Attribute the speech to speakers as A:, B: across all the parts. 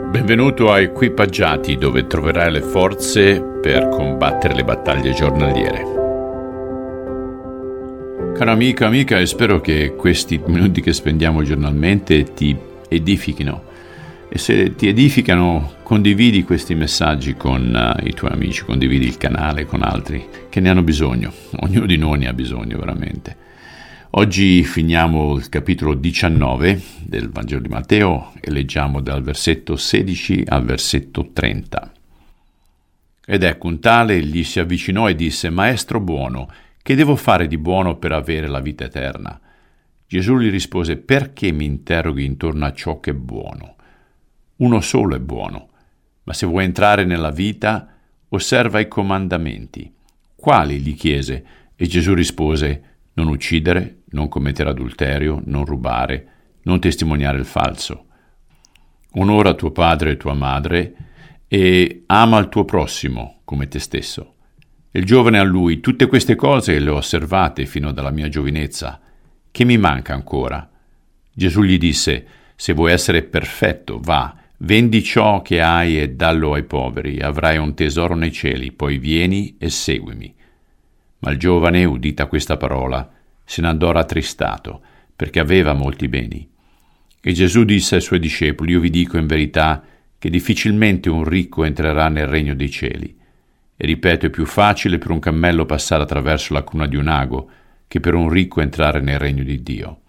A: Benvenuto a Equipaggiati, dove troverai le forze per combattere le battaglie giornaliere. Caro amico, amica, e spero che questi minuti che spendiamo giornalmente ti edifichino. E se ti edificano, condividi questi messaggi con i tuoi amici, condividi il canale con altri che ne hanno bisogno. Ognuno di noi ne ha bisogno, veramente. Oggi finiamo il capitolo 19 del Vangelo di Matteo e leggiamo dal versetto 16 al versetto 30. Ed ecco, un tale gli si avvicinò e disse: Maestro buono, che devo fare di buono per avere la vita eterna? Gesù gli rispose: perché mi interroghi intorno a ciò che è buono? Uno solo è buono, ma se vuoi entrare nella vita, osserva i comandamenti. Quali? Gli chiese, e Gesù rispose: non uccidere, non commettere adulterio, non rubare, non testimoniare il falso. Onora tuo padre e tua madre e ama il tuo prossimo come te stesso. Il giovane a lui: tutte queste cose le ho osservate fino dalla mia giovinezza. Che mi manca ancora? Gesù gli disse: se vuoi essere perfetto, va, vendi ciò che hai e dallo ai poveri, avrai un tesoro nei cieli, poi vieni e seguimi. Ma il giovane, udita questa parola, se ne andò rattristato, perché aveva molti beni. E Gesù disse ai suoi discepoli: io vi dico in verità che difficilmente un ricco entrerà nel regno dei cieli. E ripeto, è più facile per un cammello passare attraverso la cruna di un ago che per un ricco entrare nel regno di Dio.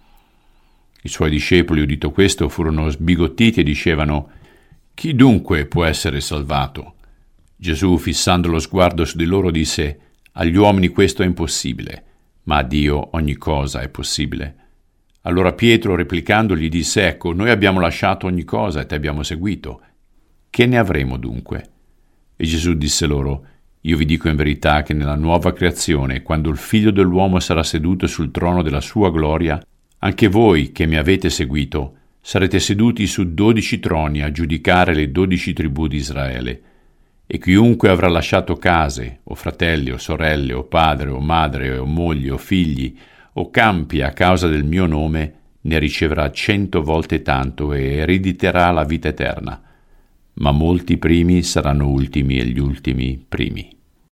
A: I suoi discepoli, udito questo, furono sbigottiti e dicevano: chi dunque può essere salvato? Gesù, fissando lo sguardo su di loro, disse: agli uomini questo è impossibile, ma a Dio ogni cosa è possibile. Allora Pietro, replicando, gli disse: ecco, noi abbiamo lasciato ogni cosa e ti abbiamo seguito. Che ne avremo dunque? E Gesù disse loro: io vi dico in verità che nella nuova creazione, quando il Figlio dell'uomo sarà seduto sul trono della sua gloria, anche voi che mi avete seguito sarete seduti su 12 troni a giudicare le 12 tribù di Israele. E chiunque avrà lasciato case, o fratelli, o sorelle, o padre, o madre, o moglie, o figli, o campi a causa del mio nome, ne riceverà 100 volte tanto e erediterà la vita eterna. Ma molti primi saranno ultimi e gli ultimi primi.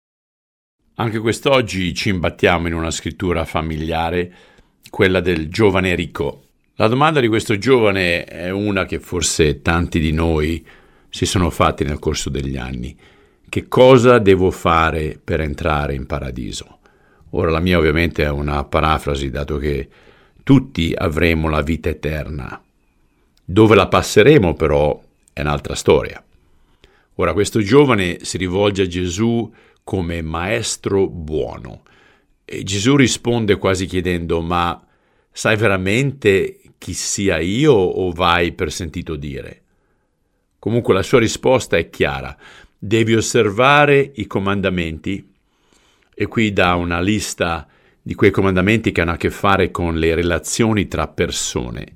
A: Anche quest'oggi ci imbattiamo in una scrittura familiare, quella del giovane ricco. La domanda di questo giovane è una che forse tanti di noi si sono fatti nel corso degli anni. Che cosa devo fare per entrare in paradiso? Ora la mia ovviamente è una parafrasi, dato che tutti avremo la vita eterna. Dove la passeremo però è un'altra storia. Ora questo giovane si rivolge a Gesù come maestro buono e Gesù risponde quasi chiedendo: ma sai veramente chi sia io o vai per sentito dire? Comunque la sua risposta è chiara: devi osservare i comandamenti, e qui dà una lista di quei comandamenti che hanno a che fare con le relazioni tra persone.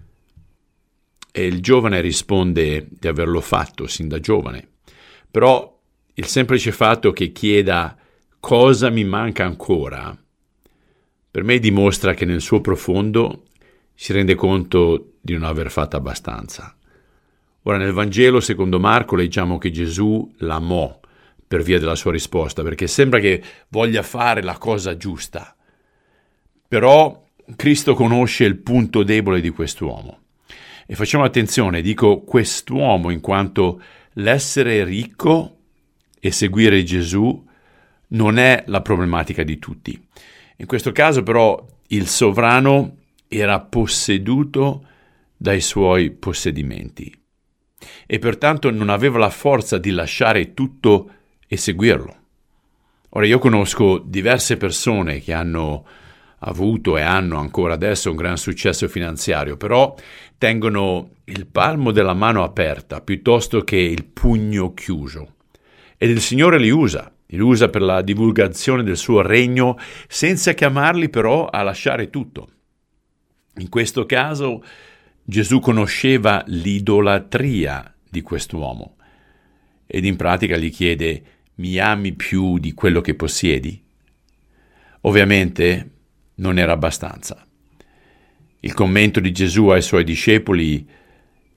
A: E il giovane risponde di averlo fatto sin da giovane, però il semplice fatto che chieda cosa mi manca ancora, per me dimostra che nel suo profondo si rende conto di non aver fatto abbastanza. Ora nel Vangelo secondo Marco leggiamo che Gesù l'amò per via della sua risposta, perché sembra che voglia fare la cosa giusta. Però Cristo conosce il punto debole di quest'uomo. E facciamo attenzione, dico quest'uomo, in quanto l'essere ricco e seguire Gesù non è la problematica di tutti. In questo caso però il sovrano era posseduto dai suoi possedimenti e pertanto non aveva la forza di lasciare tutto e seguirlo. Ora io conosco diverse persone che hanno avuto e hanno ancora adesso un gran successo finanziario, però tengono il palmo della mano aperta piuttosto che il pugno chiuso. Ed il Signore li usa per la divulgazione del suo regno, senza chiamarli però a lasciare tutto. In questo caso Gesù conosceva l'idolatria di quest'uomo ed in pratica gli chiede: mi ami più di quello che possiedi? Ovviamente non era abbastanza. Il commento di Gesù ai suoi discepoli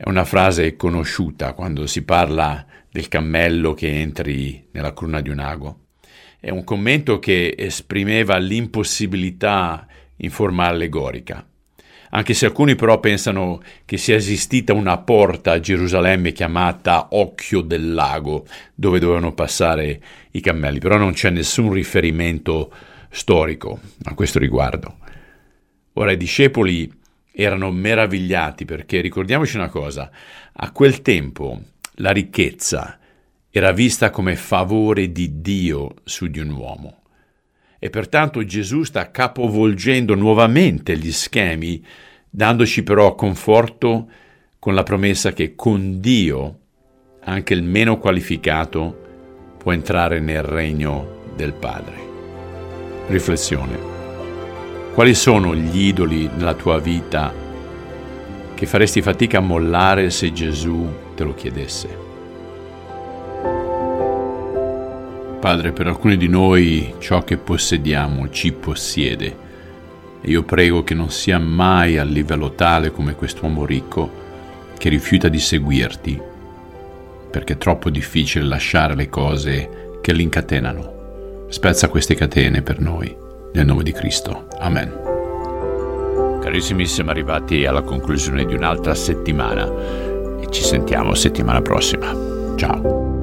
A: È una frase conosciuta quando si parla del cammello che entri nella cruna di un ago. È un commento che esprimeva l'impossibilità in forma allegorica. Anche se alcuni però pensano che sia esistita una porta a Gerusalemme chiamata Occhio del Lago, dove dovevano passare i cammelli, però non c'è nessun riferimento storico a questo riguardo. Ora i discepoli erano meravigliati perché, ricordiamoci una cosa, a quel tempo la ricchezza era vista come favore di Dio su di un uomo. E pertanto Gesù sta capovolgendo nuovamente gli schemi, dandoci però conforto con la promessa che con Dio anche il meno qualificato può entrare nel regno del Padre. Riflessione. Quali sono gli idoli nella tua vita che faresti fatica a mollare se Gesù te lo chiedesse? Padre, per alcuni di noi ciò che possediamo ci possiede e io prego che non sia mai a livello tale come quest'uomo ricco che rifiuta di seguirti perché è troppo difficile lasciare le cose che l'incatenano. Spezza queste catene per noi, nel nome di Cristo. Amen. Carissimi, siamo arrivati alla conclusione di un'altra settimana e ci sentiamo settimana prossima. Ciao.